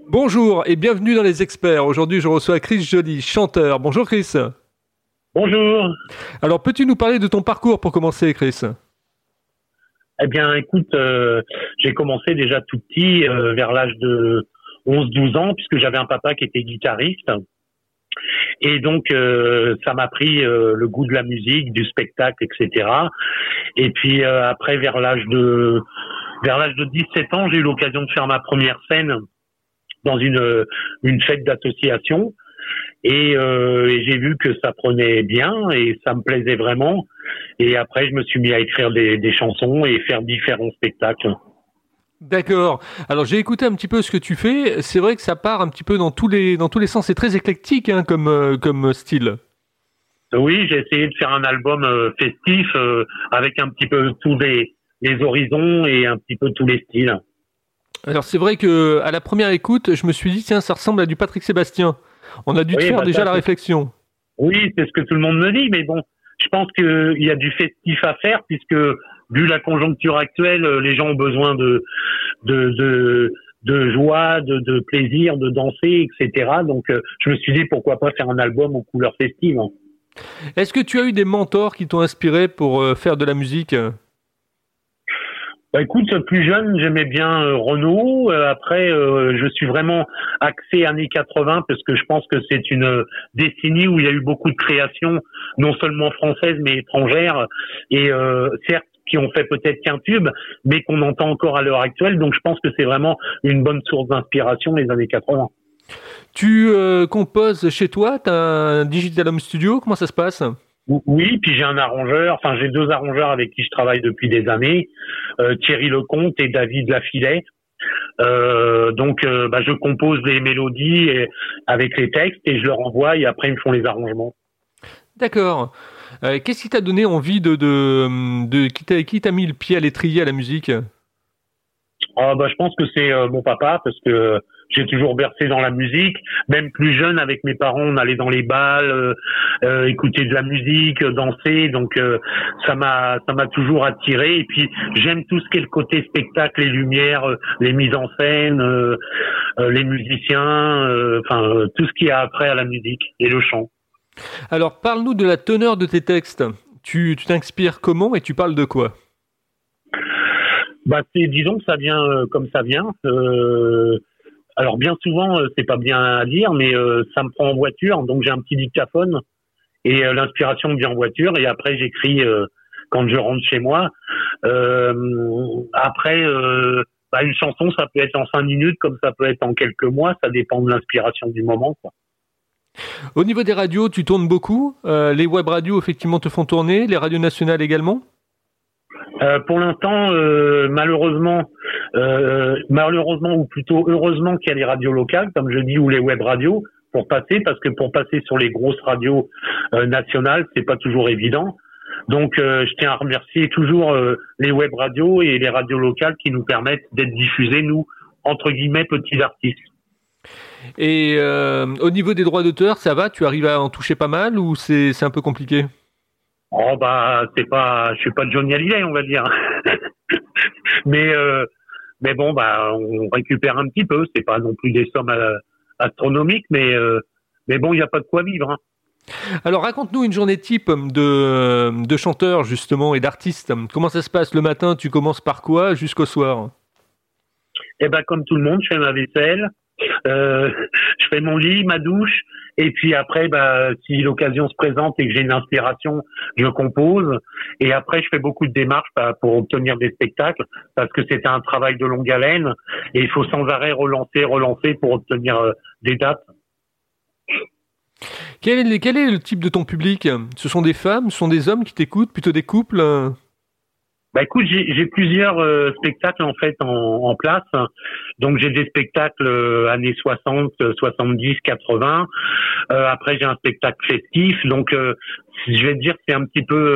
Bonjour et bienvenue dans Les Experts. Aujourd'hui, je reçois Chris Joly, chanteur. Bonjour Chris. Bonjour. Alors, peux-tu nous parler de ton parcours pour commencer, Chris? Eh bien, écoute, j'ai commencé déjà tout petit, vers l'âge de 11-12 ans, puisque j'avais un papa qui était guitariste. Et donc, ça m'a pris le goût de la musique, du spectacle, etc. Et puis, après, vers l'âge de 17 ans, j'ai eu l'occasion de faire ma première scène dans une fête d'association. Et j'ai vu que ça prenait bien et ça me plaisait vraiment. Et après, je me suis mis à écrire des chansons et faire différents spectacles. D'accord. Alors, j'ai écouté un petit peu ce que tu fais. C'est vrai que ça part un petit peu dans tous les sens. C'est très éclectique hein, comme style. Oui, j'ai essayé de faire un album festif avec un petit peu tous les horizons et un petit peu tous les styles. Alors, c'est vrai que à la première écoute, je me suis dit, tiens, ça ressemble à du Patrick Sébastien. On a dû te Oui, faire bah déjà ça, la réflexion. oui, c'est ce que tout le monde me dit, mais bon, je pense qu'il y a du festif à faire puisque vu la conjoncture actuelle, les gens ont besoin de, de, de joie, de plaisir, de danser, etc. Donc, je me suis dit pourquoi pas faire un album aux couleurs festives, hein. Est-ce que tu as eu des mentors qui t'ont inspiré pour faire de la musique? Bah écoute, plus jeune, j'aimais bien Renaud. Après, je suis vraiment axé années 80 parce que je pense que c'est une décennie où il y a eu beaucoup de créations, non seulement françaises mais étrangères, et certes qui ont fait peut-être qu'un tube, mais qu'on entend encore à l'heure actuelle. Donc je pense que c'est vraiment une bonne source d'inspiration les années 80. Tu composes chez toi? T'as un Digital Home Studio? Comment ça se passe? Oui, puis j'ai un arrangeur, enfin j'ai deux arrangeurs avec qui je travaille depuis des années, Thierry Lecomte et David Lafilet. Donc, je compose des mélodies avec les textes et je leur envoie et après ils me font les arrangements. D'accord. Qu'est-ce qui t'a donné envie qui t'a mis le pied à l'étrier à la musique? Je pense que c'est mon papa parce que j'ai toujours bercé dans la musique. Même plus jeune, avec mes parents, on allait dans les bals, écouter de la musique, danser. Donc ça m'a toujours attiré. Et puis j'aime tout ce qui est le côté spectacle, les lumières, les mises en scène, les musiciens, tout ce qui a après à la musique et le chant. Alors, parle-nous de la teneur de tes textes. Tu t'inspires comment et tu parles de quoi? Disons que ça vient comme ça vient. Alors bien souvent, c'est pas bien à dire, mais ça me prend en voiture, donc j'ai un petit dictaphone et l'inspiration me vient en voiture et après j'écris quand je rentre chez moi. Après, une chanson, ça peut être en 5 minutes, comme ça peut être en quelques mois, ça dépend de l'inspiration du moment, quoi. Au niveau des radios, tu tournes beaucoup. Les web radios, effectivement, te font tourner. Les radios nationales également. Pour l'instant, malheureusement ou plutôt heureusement qu'il y a les radios locales, comme je dis, ou les web radios parce que pour passer sur les grosses radios nationales, c'est pas toujours évident. Donc, je tiens à remercier toujours les web radios et les radios locales qui nous permettent d'être diffusés, nous, entre guillemets, petits artistes. Et au niveau des droits d'auteur, ça va? Tu arrives à en toucher pas mal ou c'est un peu compliqué? Je suis pas Johnny Hallyday, on va dire. mais mais bon, on récupère un petit peu. C'est pas non plus des sommes astronomiques, mais bon, il y a pas de quoi vivre, hein. Alors raconte-nous une journée type de chanteur justement et d'artiste. Comment ça se passe le matin? Tu commences par quoi jusqu'au soir? Eh ben, comme tout le monde, je fais ma vaisselle, je fais mon lit, ma douche, et puis après, si l'occasion se présente et que j'ai une inspiration, je compose. Et après, je fais beaucoup de démarches pour obtenir des spectacles, parce que c'est un travail de longue haleine, et il faut sans arrêt relancer pour obtenir des dates. Quel est le type de ton public? Ce sont des femmes, ce sont des hommes qui t'écoutent, plutôt des couples? Écoute, j'ai plusieurs spectacles en fait en place. Donc j'ai des spectacles années 60, 70, 80. Après j'ai un spectacle festif. Donc je vais te dire que c'est un petit peu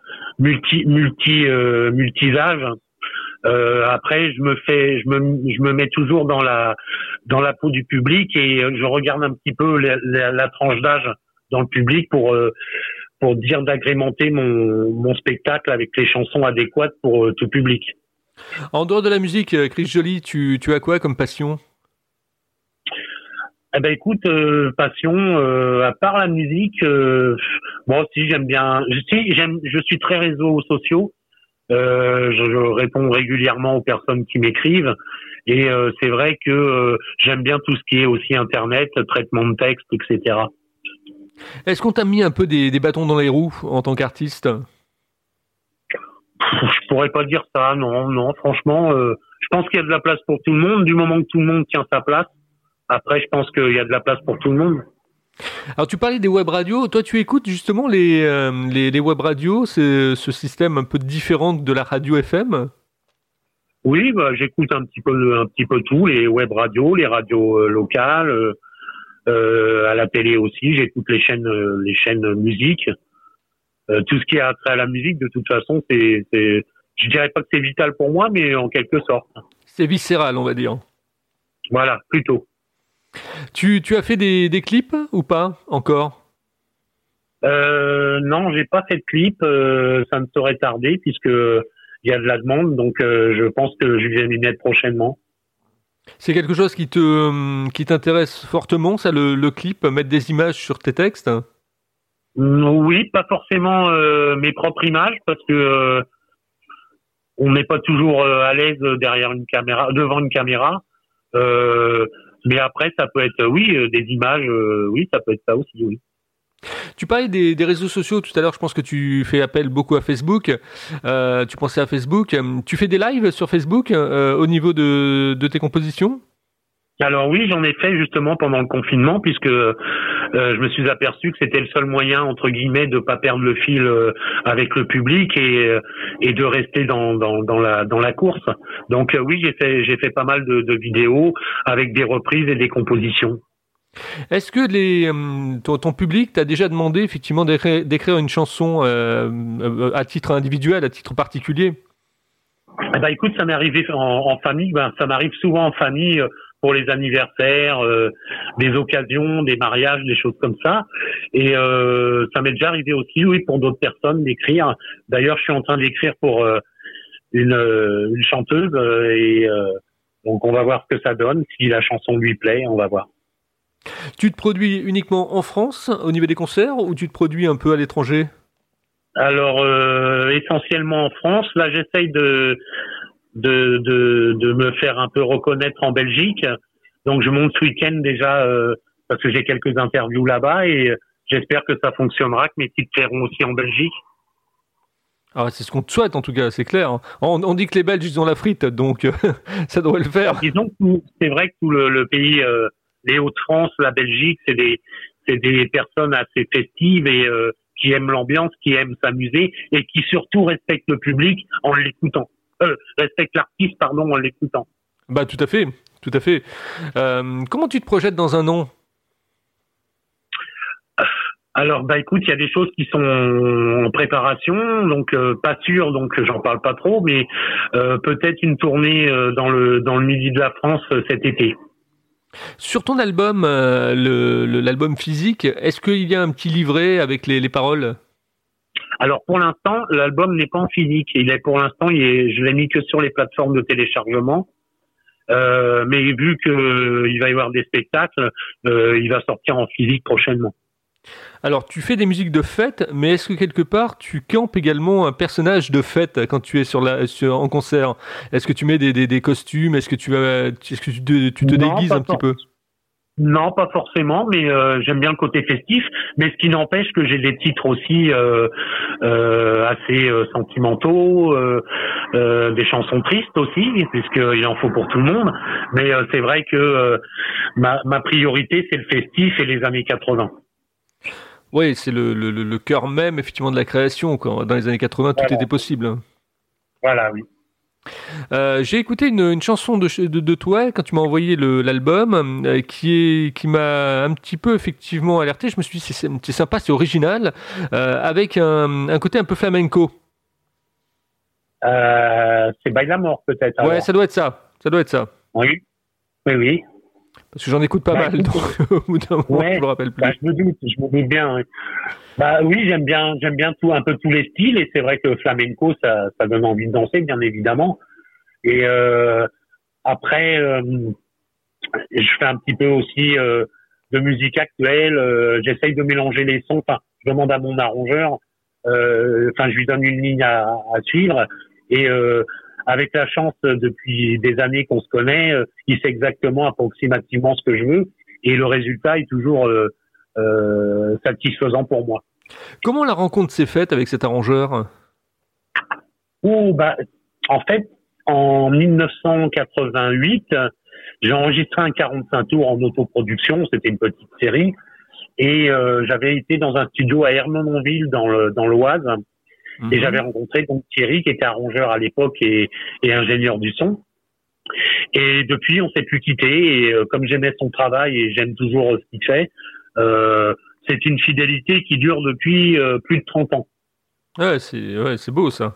multisage. Après je me mets toujours dans la peau du public et je regarde un petit peu la tranche d'âge dans le public pour dire d'agrémenter mon spectacle avec les chansons adéquates pour tout public. En dehors de la musique, Chris Joly, tu as quoi comme passion? Eh ben écoute, passion, à part la musique, moi aussi j'aime bien. Je suis très réseaux sociaux. Je réponds régulièrement aux personnes qui m'écrivent et c'est vrai que j'aime bien tout ce qui est aussi internet, traitement de texte, etc. Est-ce qu'on t'a mis un peu des bâtons dans les roues en tant qu'artiste? Je pourrais pas dire ça, non, non. Franchement, je pense qu'il y a de la place pour tout le monde du moment que tout le monde tient sa place. Après, je pense qu'il y a de la place pour tout le monde. Alors tu parlais des web radios, toi tu écoutes justement les web radios, c'est ce système un peu différent de la radio FM? Oui, bah, j'écoute un petit peu tout, les web radios, les radios locales, à la télé aussi. J'écoute les chaînes musique. Tout ce qui a trait à la musique, de toute façon, je dirais pas que c'est vital pour moi, mais en quelque sorte. C'est viscéral, on va dire. Voilà, plutôt. Tu as fait des clips ou pas encore? Non, j'ai pas fait de clip. Ça ne saurait tarder puisque il y a de la demande, donc je pense que je vais m'y mettre prochainement. C'est quelque chose qui t'intéresse fortement, ça, le clip, mettre des images sur tes textes? Oui, pas forcément mes propres images parce que on n'est pas toujours à l'aise derrière une caméra, devant une caméra. Mais après, ça peut être, oui, des images, oui, ça peut être ça aussi, oui. Tu parlais des réseaux sociaux tout à l'heure, je pense que tu fais appel beaucoup à Facebook. Tu pensais à Facebook. Tu fais des lives sur Facebook au niveau de tes compositions? Alors oui, j'en ai fait justement pendant le confinement puisque je me suis aperçu que c'était le seul moyen entre guillemets de pas perdre le fil avec le public et de rester dans la course. Donc oui, j'ai fait pas mal de vidéos avec des reprises et des compositions. Est-ce que ton public t'a déjà demandé effectivement d'écrire une chanson à titre individuel, à titre particulier? Eh ben écoute, ça m'est arrivé en famille. Ben ça m'arrive souvent en famille pour les anniversaires, des occasions, des mariages, des choses comme ça. Et ça m'est déjà arrivé aussi, oui, pour d'autres personnes d'écrire. D'ailleurs, je suis en train d'écrire pour une chanteuse donc on va voir ce que ça donne. Si la chanson lui plaît, on va voir. Tu te produis uniquement en France au niveau des concerts ou tu te produis un peu à l'étranger? Alors essentiellement en France. Là, j'essaye de me faire un peu reconnaître en Belgique. Donc je monte ce week-end déjà parce que j'ai quelques interviews là-bas et j'espère que ça fonctionnera, que mes titres plairont aussi en Belgique. Ah, c'est ce qu'on te souhaite en tout cas, c'est clair. On dit que les Belges ils ont la frite, donc ça devrait le faire. Disons que c'est vrai que tout le pays, les Hauts-de-France, la Belgique, c'est des personnes assez festives et qui aiment l'ambiance, qui aiment s'amuser et qui surtout respectent le public en l'écoutant. Respectent l'artiste, pardon, en l'écoutant. Bah tout à fait, tout à fait. Comment tu te projettes dans un an? Alors bah écoute, il y a des choses qui sont en préparation, donc pas sûr, donc j'en parle pas trop, mais peut-être une tournée dans le midi de la France cet été. Sur ton album, l'album physique, est-ce qu'il y a un petit livret avec les paroles? Alors pour l'instant, l'album n'est pas en physique. Pour l'instant, je l'ai mis que sur les plateformes de téléchargement. Mais vu que il va y avoir des spectacles, il va sortir en physique prochainement. Alors, tu fais des musiques de fête, mais est-ce que quelque part tu campes également un personnage de fête quand tu es en concert? Est-ce que tu mets des costumes? Est-ce que tu te Non, déguises un petit peu? Non, pas forcément, mais j'aime bien le côté festif. Mais ce qui n'empêche que j'ai des titres aussi assez sentimentaux, des chansons tristes aussi, puisqu'il en faut pour tout le monde. Mais c'est vrai que ma priorité, c'est le festif et les années 80. Oui, c'est le cœur même effectivement de la création, quoi. Dans les années 80, tout Voilà, était possible. voilà, oui. J'ai écouté une chanson de toi quand tu m'as envoyé l'album qui m'a un petit peu effectivement alerté. Je me suis dit c'est sympa, c'est original, avec un côté un peu flamenco. C'est Baila Mort peut-être. Ouais, Alors. ça doit être ça. Ça doit être ça. Oui, oui, oui. Parce que j'en écoute pas mal, donc au bout d'un moment, je me rappelle plus. Bah, je me doute bien. Oui. Bah oui, j'aime bien tout, un peu tous les styles, et c'est vrai que le flamenco, ça donne envie de danser, bien évidemment. Et après, je fais un petit peu aussi de musique actuelle. J'essaye de mélanger les sons. Enfin, je demande à mon arrangeur. Enfin, je lui donne une ligne à suivre. Et avec la chance, depuis des années qu'on se connaît, il sait exactement approximativement ce que je veux. Et le résultat est toujours satisfaisant pour moi. Comment la rencontre s'est faite avec cet arrangeur? En fait, en 1988, j'ai enregistré un 45 tours en autoproduction. C'était une petite série. Et j'avais été dans un studio à Ermenonville, dans l'Oise. Mm-hmm. Et j'avais rencontré donc Thierry, qui était arrangeur à l'époque et ingénieur du son. Et depuis, on s'est plus quitté. Et comme j'aimais son travail et j'aime toujours ce qu'il fait, c'est une fidélité qui dure depuis plus de 30 ans. Ouais, c'est beau ça.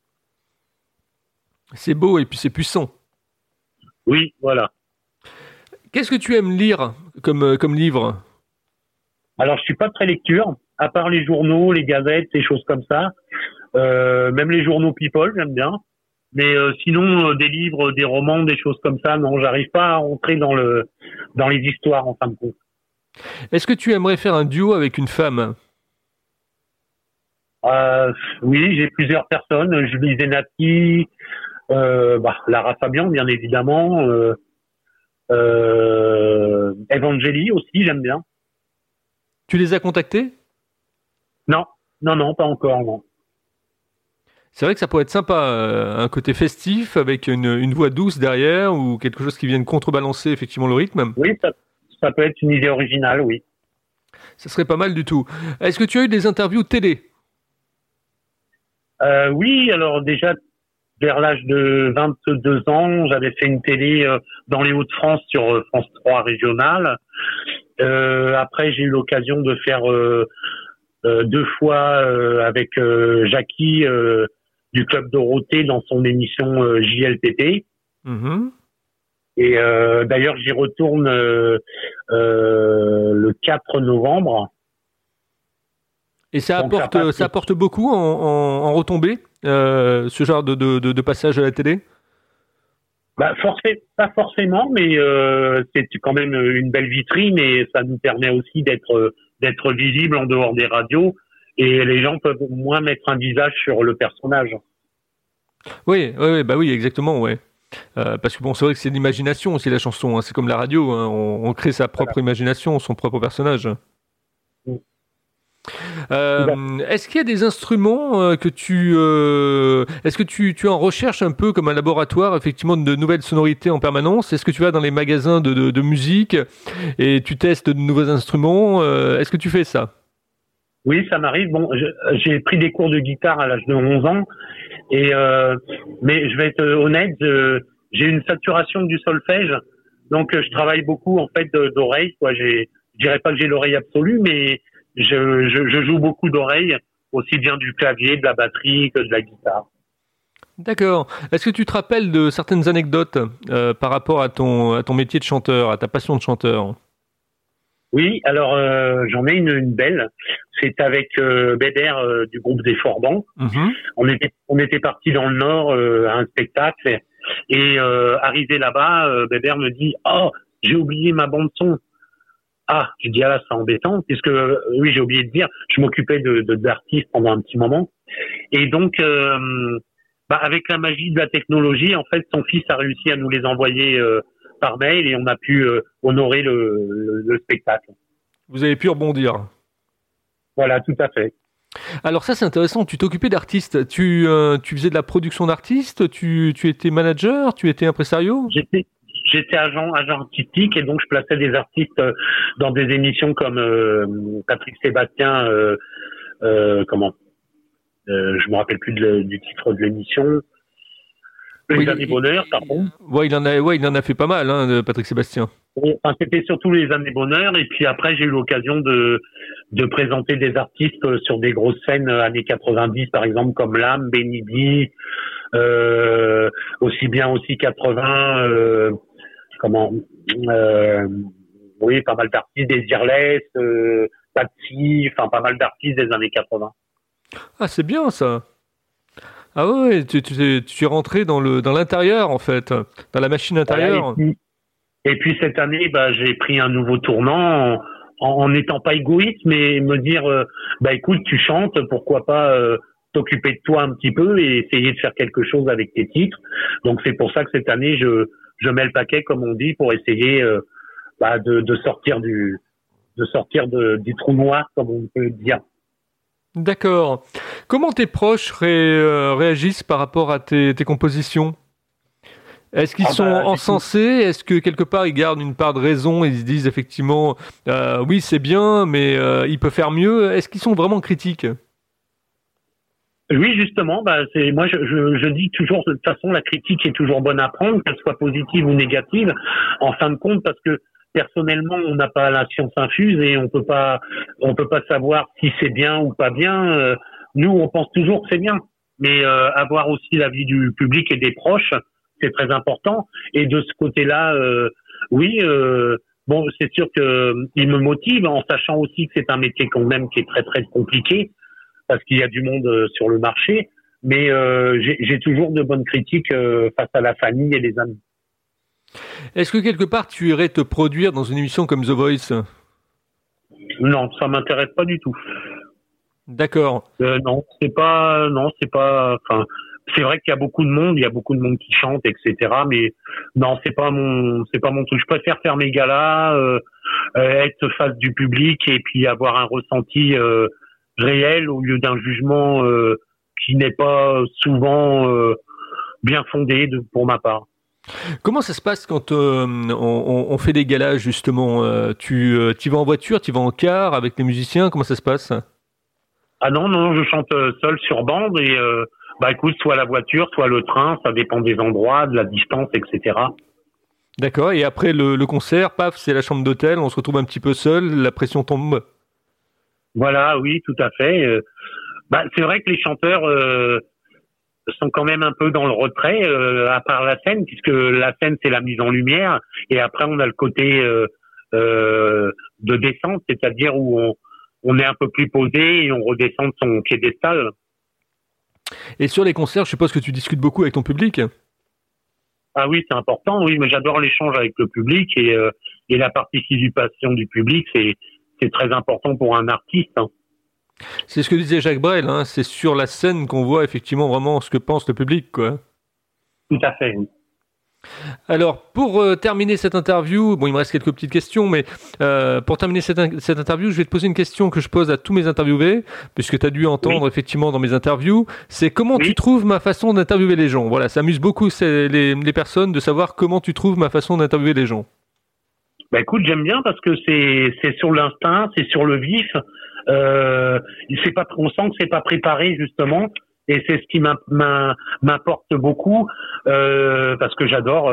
C'est beau et puis c'est puissant. Oui, voilà. Qu'est-ce que tu aimes lire comme livre? Alors, je suis pas très lecture, à part les journaux, les gazettes, des choses comme ça. Même les journaux People, j'aime bien. Mais sinon, des livres, des romans, des choses comme ça, non, j'arrive pas à rentrer dans les histoires en fin de compte. Est-ce que tu aimerais faire un duo avec une femme? Oui, j'ai plusieurs personnes. Julie Zenati, Lara Fabian, bien évidemment. Evangélie aussi, j'aime bien. Tu les as contactés? Non, pas encore, non. C'est vrai que ça pourrait être sympa, un côté festif avec une voix douce derrière ou quelque chose qui vienne contrebalancer effectivement le rythme. Oui, ça peut être une idée originale, oui. Ça serait pas mal du tout. Est-ce que tu as eu des interviews télé? Oui, alors déjà, vers l'âge de 22 ans, j'avais fait une télé dans les Hauts-de-France sur France 3 régionale. Après, j'ai eu l'occasion de faire 2 fois avec Jackie du Club Dorothée dans son émission JLPP. Mm-hmm. Et d'ailleurs, j'y retourne le 4 novembre. Et ça apporte beaucoup en retombées, ce genre de passage à la télé? Pas forcément, mais c'est quand même une belle vitrine et ça nous permet aussi d'être visible en dehors des radios et les gens peuvent au moins mettre un visage sur le personnage. Oui, exactement, ouais. Parce que bon, c'est vrai que c'est l'imagination aussi la chanson, hein. C'est comme la radio, hein. On crée sa propre imagination, son propre personnage. Est-ce qu'il y a des instruments est-ce que tu en recherches un peu comme un laboratoire, effectivement, de nouvelles sonorités en permanence? Est-ce que tu vas dans les magasins de musique et tu testes de nouveaux instruments? Est-ce que tu fais ça? Oui, ça m'arrive. Bon, j'ai pris des cours de guitare à l'âge de 11 ans mais je vais être honnête, j'ai une saturation du solfège, donc je travaille beaucoup en fait d'oreilles, quoi. Je dirais pas que j'ai l'oreille absolue, mais je joue beaucoup d'oreilles, aussi bien du clavier, de la batterie que de la guitare. D'accord. Est-ce que tu te rappelles de certaines anecdotes par rapport à ton métier de chanteur, à ta passion de chanteur? Oui, alors j'en ai une belle. C'est avec Bébert du groupe des Forbans. Mm-hmm. On était partis dans le Nord à un spectacle et arrivé là-bas, Bébert me dit « Oh, j'ai oublié ma bande son ». Ah, je dis, ah là, c'est embêtant, puisque, oui, j'ai oublié de dire, je m'occupais d'artistes pendant un petit moment. Et donc, avec la magie de la technologie, en fait, son fils a réussi à nous les envoyer par mail et on a pu honorer le spectacle. Vous avez pu rebondir. Voilà, tout à fait. Alors ça, c'est intéressant, tu t'occupais d'artistes. Tu faisais de la production d'artistes, tu étais manager, tu étais impresario? J'étais agent artistique et donc je plaçais des artistes dans des émissions comme Patrick Sébastien, je me rappelle plus du titre de l'émission. Les années bonheur, pardon. Ouais, il en a fait pas mal, hein, de Patrick Sébastien. Enfin, c'était surtout les années bonheur et puis après j'ai eu l'occasion de présenter des artistes sur des grosses scènes années 90 par exemple comme Lam, Benny B, aussi 80. Oui, pas mal d'artistes, Desireless, Patsy, enfin pas mal d'artistes des années 80. Ah, c'est bien ça. Ah ouais, tu es rentré dans l'intérieur en fait, dans la machine intérieure. Voilà, Et puis cette année, j'ai pris un nouveau tournant en n'étant pas égoïste, mais me dire, écoute, tu chantes, pourquoi pas t'occuper de toi un petit peu et essayer de faire quelque chose avec tes titres. Donc c'est pour ça que cette année, je mets le paquet, comme on dit, pour essayer de sortir du trou noir, comme on peut dire. D'accord. Comment tes proches réagissent par rapport à tes compositions? Est-ce qu'ils sont encensés? Est-ce que quelque part ils gardent une part de raison et ils se disent effectivement oui c'est bien mais il peut faire mieux? Est-ce qu'ils sont vraiment critiques? Oui, justement, moi je dis toujours, de toute façon la critique est toujours bonne à prendre, qu'elle soit positive ou négative, en fin de compte, parce que personnellement on n'a pas la science infuse et on peut pas savoir si c'est bien ou pas bien. Nous on pense toujours que c'est bien, mais avoir aussi l'avis du public et des proches, c'est très important. Et de ce côté-là, oui, c'est sûr que il me motive en sachant aussi que c'est un métier quand même qui est très très compliqué parce qu'il y a du monde sur le marché. Mais j'ai toujours de bonnes critiques face à la famille et les amis. Est-ce que quelque part tu irais te produire dans une émission comme The Voice? Non, ça m'intéresse pas du tout. D'accord. Enfin, c'est vrai qu'il y a beaucoup de monde, qui chante, etc. Mais non, c'est pas mon truc. Je préfère faire mes galas, être face du public et puis avoir un ressenti réel au lieu d'un jugement qui n'est pas souvent bien fondé pour ma part. Comment ça se passe quand on fait des galas justement? Tu vas en voiture, tu vas en car avec les musiciens? Comment ça se passe? Ah non, je chante seul sur bande et écoute, soit la voiture, soit le train, ça dépend des endroits, de la distance, etc. D'accord, et après le concert, paf, c'est la chambre d'hôtel, on se retrouve un petit peu seul, la pression tombe. Voilà, oui, tout à fait. C'est vrai que les chanteurs sont quand même un peu dans le retrait, à part la scène, puisque la scène, c'est la mise en lumière, et après, on a le côté de descente, c'est-à-dire où on est un peu plus posé et on redescend de son piédestal. Et sur les concerts, je suppose que tu discutes beaucoup avec ton public? Ah oui, c'est important, oui, mais j'adore l'échange avec le public et la participation du public, c'est très important pour un artiste. Hein. C'est ce que disait Jacques Brel, hein, c'est sur la scène qu'on voit effectivement vraiment ce que pense le public, quoi. Tout à fait, oui. Alors, pour terminer cette interview, il me reste quelques petites questions, mais pour terminer cette interview, je vais te poser une question que je pose à tous mes interviewés, puisque tu as dû entendre effectivement dans mes interviews, c'est comment tu trouves ma façon d'interviewer les gens? Voilà, ça amuse beaucoup les personnes de savoir comment tu trouves ma façon d'interviewer les gens. Écoute, j'aime bien parce que c'est sur l'instinct, c'est sur le vif, on sent que c'est pas préparé justement. Et c'est ce qui m'apporte beaucoup parce que j'adore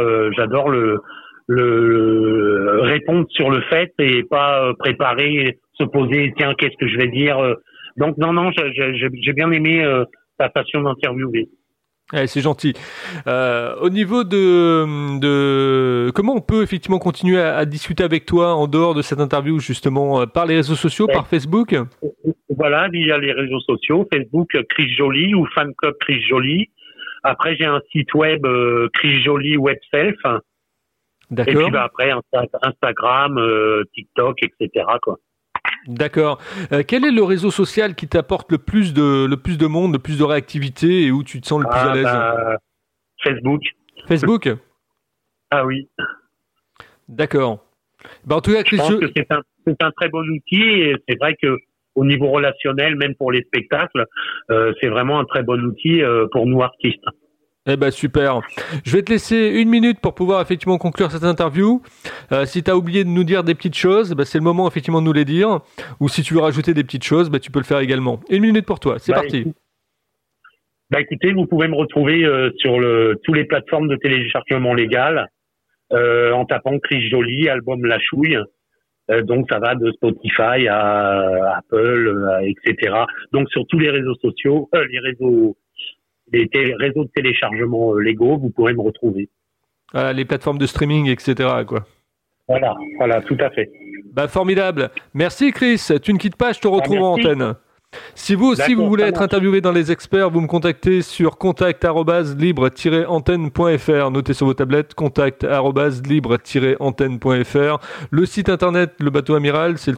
le répondre sur le fait et pas préparer, se poser tiens qu'est-ce que je vais dire. Donc non j'ai bien aimé ta façon d'interviewer. C'est gentil. Au niveau de comment on peut effectivement continuer à discuter avec toi en dehors de cette interview, justement, par les réseaux sociaux, par Facebook? Voilà, il y a les réseaux sociaux, Facebook Chris Joly ou Fan Club Chris Joly. Après, j'ai un site web Chris Joly Webself. D'accord. Et puis après, Instagram, TikTok, etc. quoi. D'accord. Quel est le réseau social qui t'apporte le plus de monde, le plus de réactivité et où tu te sens le plus à l'aise? Facebook. Facebook? Ah oui. D'accord. En tout cas, je pense que c'est un très bon outil et c'est vrai que au niveau relationnel, même pour les spectacles, c'est vraiment un très bon outil pour nous artistes. Eh ben super. Je vais te laisser 1 minute pour pouvoir effectivement conclure cette interview. Si tu as oublié de nous dire des petites choses, c'est le moment effectivement de nous les dire. Ou si tu veux rajouter des petites choses, tu peux le faire également. 1 minute pour toi, c'est parti. Écoutez, vous pouvez me retrouver sur tous les plateformes de téléchargement légal en tapant Chris Joly, album La Chouille. Donc ça va de Spotify à Apple, etc. Donc sur tous les réseaux sociaux, les réseaux de téléchargement légaux, vous pourrez me retrouver. Les plateformes de streaming, etc. quoi. Voilà, tout à fait. Formidable. Merci Chris, tu ne quittes pas, je te retrouve en antenne. Si vous voulez être interviewé dans Les Experts, vous me contactez sur contact@libre-antenne.fr. Notez sur vos tablettes contact@libre-antenne.fr. Le site internet Le Bateau Amiral, c'est le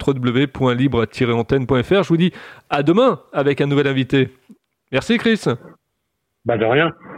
www.libre-antenne.fr. Je vous dis à demain avec un nouvel invité. Merci Chris. De rien.